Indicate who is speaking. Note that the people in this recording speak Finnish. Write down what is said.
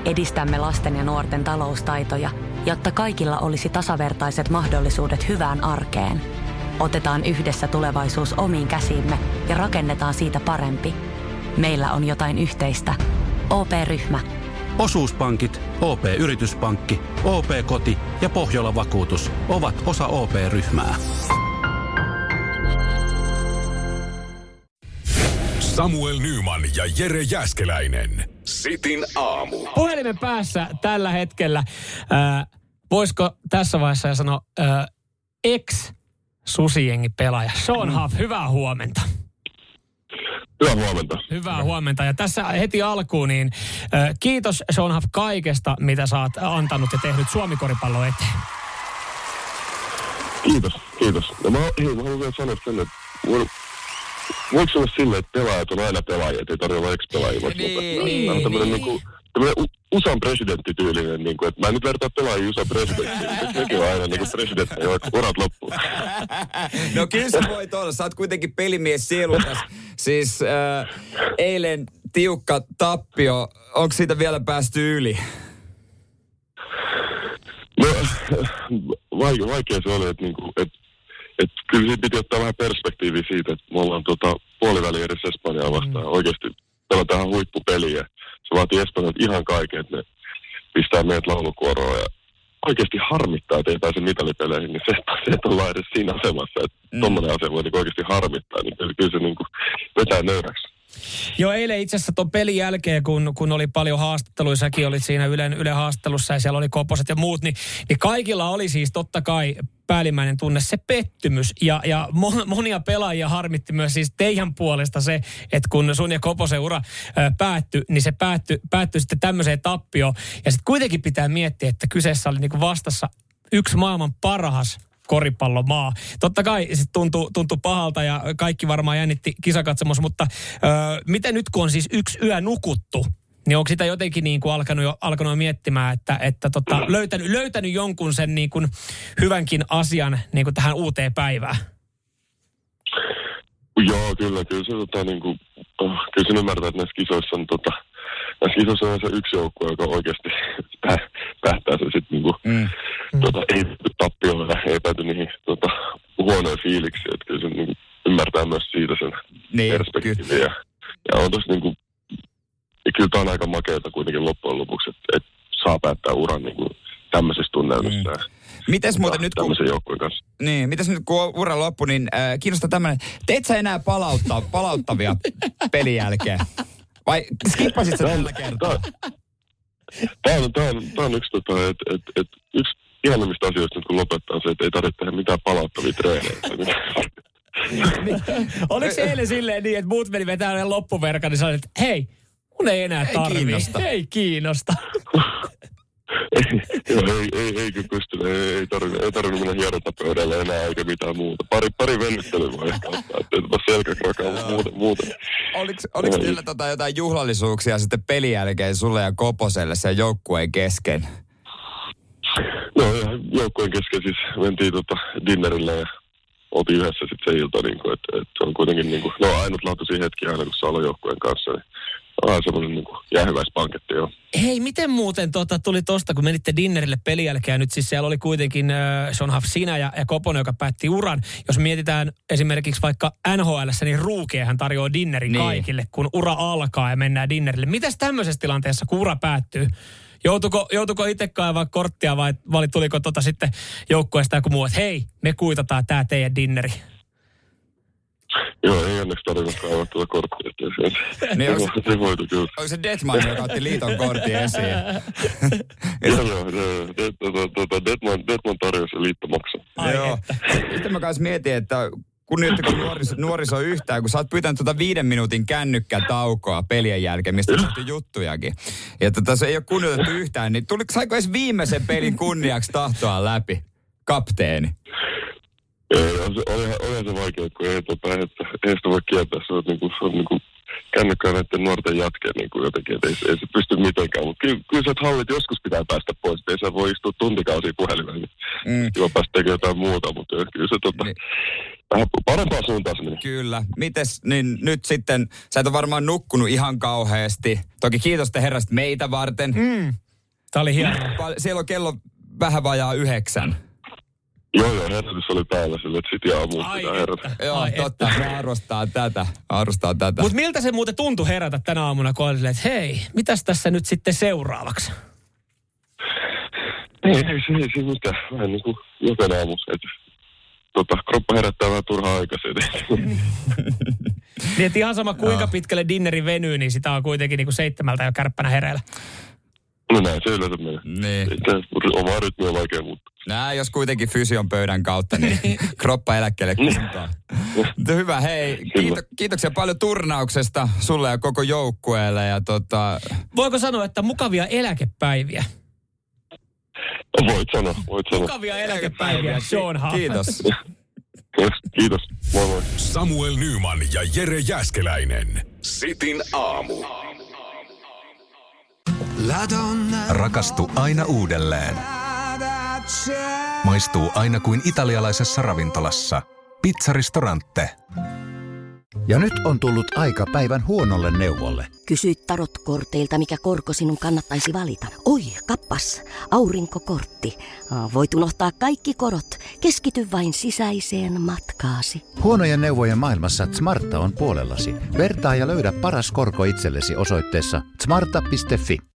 Speaker 1: edistämme lasten ja nuorten taloustaitoja, jotta kaikilla olisi tasavertaiset mahdollisuudet hyvään arkeen. Otetaan yhdessä tulevaisuus omiin käsiimme ja rakennetaan siitä parempi. Meillä on jotain yhteistä. OP-ryhmä.
Speaker 2: Osuuspankit, OP-yrityspankki, OP-koti ja Pohjola-vakuutus ovat osa OP-ryhmää.
Speaker 3: Samuel Nyman ja Jere Jääskeläinen. Sitin aamu.
Speaker 4: Puhelimen päässä tällä hetkellä, voisiko tässä vaiheessa sanoa, ex-susijengi-pelaaja Sean Huff, hyvää huomenta.
Speaker 5: Hyvää huomenta.
Speaker 4: Hyvää huomenta. Ja tässä heti alkuun, niin kiitos Sean Huff kaikesta, mitä sä oot antanut ja tehnyt Suomi-koripallon eteen.
Speaker 5: Kiitos. Ja mä haluan vielä sanoa sen, että voiko se olla silleen, että pelaajat on aina pelaajia, ettei tarvitse olla ex-pelaajia? Niin. Tämmöinen USAn presidenttityylinen, että mä en nyt vertaa pelaajia USAn presidenttiin. Nekin on aina presidenttejä, vaikka urat loppuun.
Speaker 6: No kyllä sä voit olla. Sä oot kuitenkin pelimies sielukas. Siis eilen tiukka tappio. Onko siitä vielä päästy yli?
Speaker 5: No, vaikea se oli, että kyllä siitä piti ottaa vähän perspektiiviä siitä, että me ollaan puoliväliin edes Espanjaa vastaan. Oikeasti pelataan ihan huippupeliä. Se vaatii Espanjalta ihan kaiken, että ne pistää meidät laulukuoroon. Ja oikeasti harmittaa, että ei pääse mitalipeleihin, niin se, että ollaan edes siinä asemassa. Että tommoinen asia voi oikeasti harmittaa, niin kyllä se vetää nöyräksi.
Speaker 4: Joo, eilen itse asiassa tuon pelin jälkeen, kun oli paljon haastatteluja, säkin olit siinä Yle haastattelussa ja siellä oli Koposet ja muut, niin kaikilla oli siis totta kai päällimmäinen tunne se pettymys. Ja monia pelaajia harmitti myös siis teidän puolesta se, että kun sun ja Koposen ura päättyi, niin se päättyi sitten tämmöiseen tappioon. Ja sitten kuitenkin pitää miettiä, että kyseessä oli niinku vastassa yksi maailman parhaas koripallomaa. Totta kai se tuntui pahalta ja kaikki varmaan jännitti kisakatsomus, mutta miten nyt kun on siis yksi yö nukuttu, niin onko sitä jotenkin niin kuin alkanut miettimään, että löytänyt jonkun sen niin kuin hyvänkin asian niin kuin tähän uuteen päivään?
Speaker 5: Joo, kyllä se kyllä sen ymmärtää, että näissä kisoissa on se yksi joukkue, joka oikeasti päättää se sitten ei tappioon, ei pääty niihin huonoja fiiliksiä, että kyllä se ymmärtää myös siitä sen perspektiiviä. Ja on tossa ja kyllä tämä on aika makeata kuitenkin loppujen lopuksi, että saa päättää uran tämmöisessä tunnelmassa.
Speaker 6: Mites muuten nyt
Speaker 5: tämmöisen joukkueen kanssa.
Speaker 6: Niin, mites nyt kun ura loppu, niin kiinnostaa tämmöinen, teet sä enää palauttavia pelin jälkeen? Vai skippasit sä tällä kertaa?
Speaker 5: Tämä on yksi, yksi ihannimmista asioista, kun lopettaa se, että ei tarvitse tehdä mitään palauttavia treenejä.
Speaker 4: Oliko se eilen silleen niin, että muut meni vetämään loppuverkan, niin sanoit, että hei, mun ei enää tarvii. Ei kiinnosta.
Speaker 5: Ei kyllä pystynyt. Ei tarvinnut mennä hierontapöydälle enää eikä mitään muuta. Pari venyttelyä voi ehkä ottaa, ettei selkäkrakaa, mutta muuten.
Speaker 6: Oliko teillä jotain juhlallisuuksia sitten pelin jälkeen sulle ja Koposelle sen joukkueen kesken?
Speaker 5: No joukkueen kesken siis mentiin dinnerille ja oltiin yhdessä sitten se ilta, että se on kuitenkin ainutlaatuisia hetkiä aina, kun saa olla joukkueen kanssa. Niin semmoinen jäähyväispanketti, joo.
Speaker 4: Hei, miten muuten tuli tosta, kun menitte dinnerille pelin jälkeen, nyt siis siellä oli kuitenkin Sean Huff, sinä ja Koponen, joka päätti uran. Jos mietitään esimerkiksi vaikka NHL:ssä, niin Ruukiehän tarjoaa dinnerin kaikille, kun ura alkaa ja mennään dinnerille. Mitäs tämmöisessä tilanteessa, kun ura päättyy? Joutuiko itse kaivaa korttia vai tuliko sitten joukkueesta joku muu, että hei, me kuitataan tää teidän dinneri?
Speaker 5: Joo, ei onneksi tarvinnut kaivaa tuota korttia.
Speaker 6: Niin
Speaker 5: se voitu kyllä.
Speaker 6: Onko se Detman, joka otti liiton kortin esiin?
Speaker 5: Detman tarjosi ja liitto maksaa.
Speaker 6: Joo. Sitten mä kanssa mietin, että kun nuoriso yhtään, kun sä oot pyytänyt 5 minuutin kännykkätaukoa pelien jälkeen, mistä on tehty juttujakin. Ja se ei ole kunnioitettu yhtään, niin saiko edes viimeisen pelin kunniaksi tahtoa läpi, kapteeni?
Speaker 5: Olihan se vaikea, kun ei sitä voi kieltää. Se on kännykkää näiden nuorten jatkeen jotenkin, että ei se pysty mitenkään. Mutta kyllä se, että hallit joskus pitää päästä pois, että ei se voi istua tuntikausia puhelimeen. Niin kiva päästä tekemään jotain muuta, mutta kyllä se vähän parempaan suuntaan se meni.
Speaker 6: Kyllä. Mites, niin nyt sitten, sä et ole varmaan nukkunut ihan kauheasti. Toki kiitos te heräsit meitä varten.
Speaker 4: Tää oli hienoa.
Speaker 6: Siellä on kello vähän vajaa 9.
Speaker 5: Joo, herätys oli päällä sille, että sit aamuun pitää herätä.
Speaker 6: Joo, totta. Me arvostaa tätä.
Speaker 4: Mutta miltä se muuten tuntui herätä tänä aamuna, kun oli että hei, mitäs tässä nyt sitten seuraavaksi?
Speaker 5: Ei se mitään. Vähän niin kuin jokainen aamussa. Kroppa herättää vähän turhaa aikaisin.
Speaker 4: Niin, ihan sama kuinka pitkälle dinneri venyy, niin sitä on kuitenkin niin kuin 7 jo kärppänä hereillä.
Speaker 5: No näin se yleensä menee.
Speaker 6: Niin.
Speaker 5: Omaa rytmiä on vaikea muuttaa.
Speaker 6: Jos kuitenkin fysion pöydän kautta, niin kroppa eläkkeelle kuntoon. Hyvä, hei. Kiitoksia paljon turnauksesta sulle ja koko joukkueelle. Ja
Speaker 4: Voiko sanoa, että mukavia eläkepäiviä?
Speaker 5: Voit sanoa.
Speaker 4: Mukavia eläkepäiviä, Sean Huff.
Speaker 6: Kiitos.
Speaker 5: Kiitos. Moi moi.
Speaker 3: Samuel Nyman ja Jere Jääskeläinen. Sitin aamu.
Speaker 7: Rakastu aina uudelleen. Maistuu aina kuin italialaisessa ravintolassa. Pizzaristorante.
Speaker 8: Ja nyt on tullut aika päivän huonolle neuvolle.
Speaker 9: Kysy tarotkorteilta, mikä korko sinun kannattaisi valita. Oi, kappas, aurinkokortti. Voit unohtaa kaikki korot. Keskity vain sisäiseen matkaasi.
Speaker 8: Huonojen neuvojen maailmassa Smarta on puolellasi. Vertaa ja löydä paras korko itsellesi osoitteessa smarta.fi.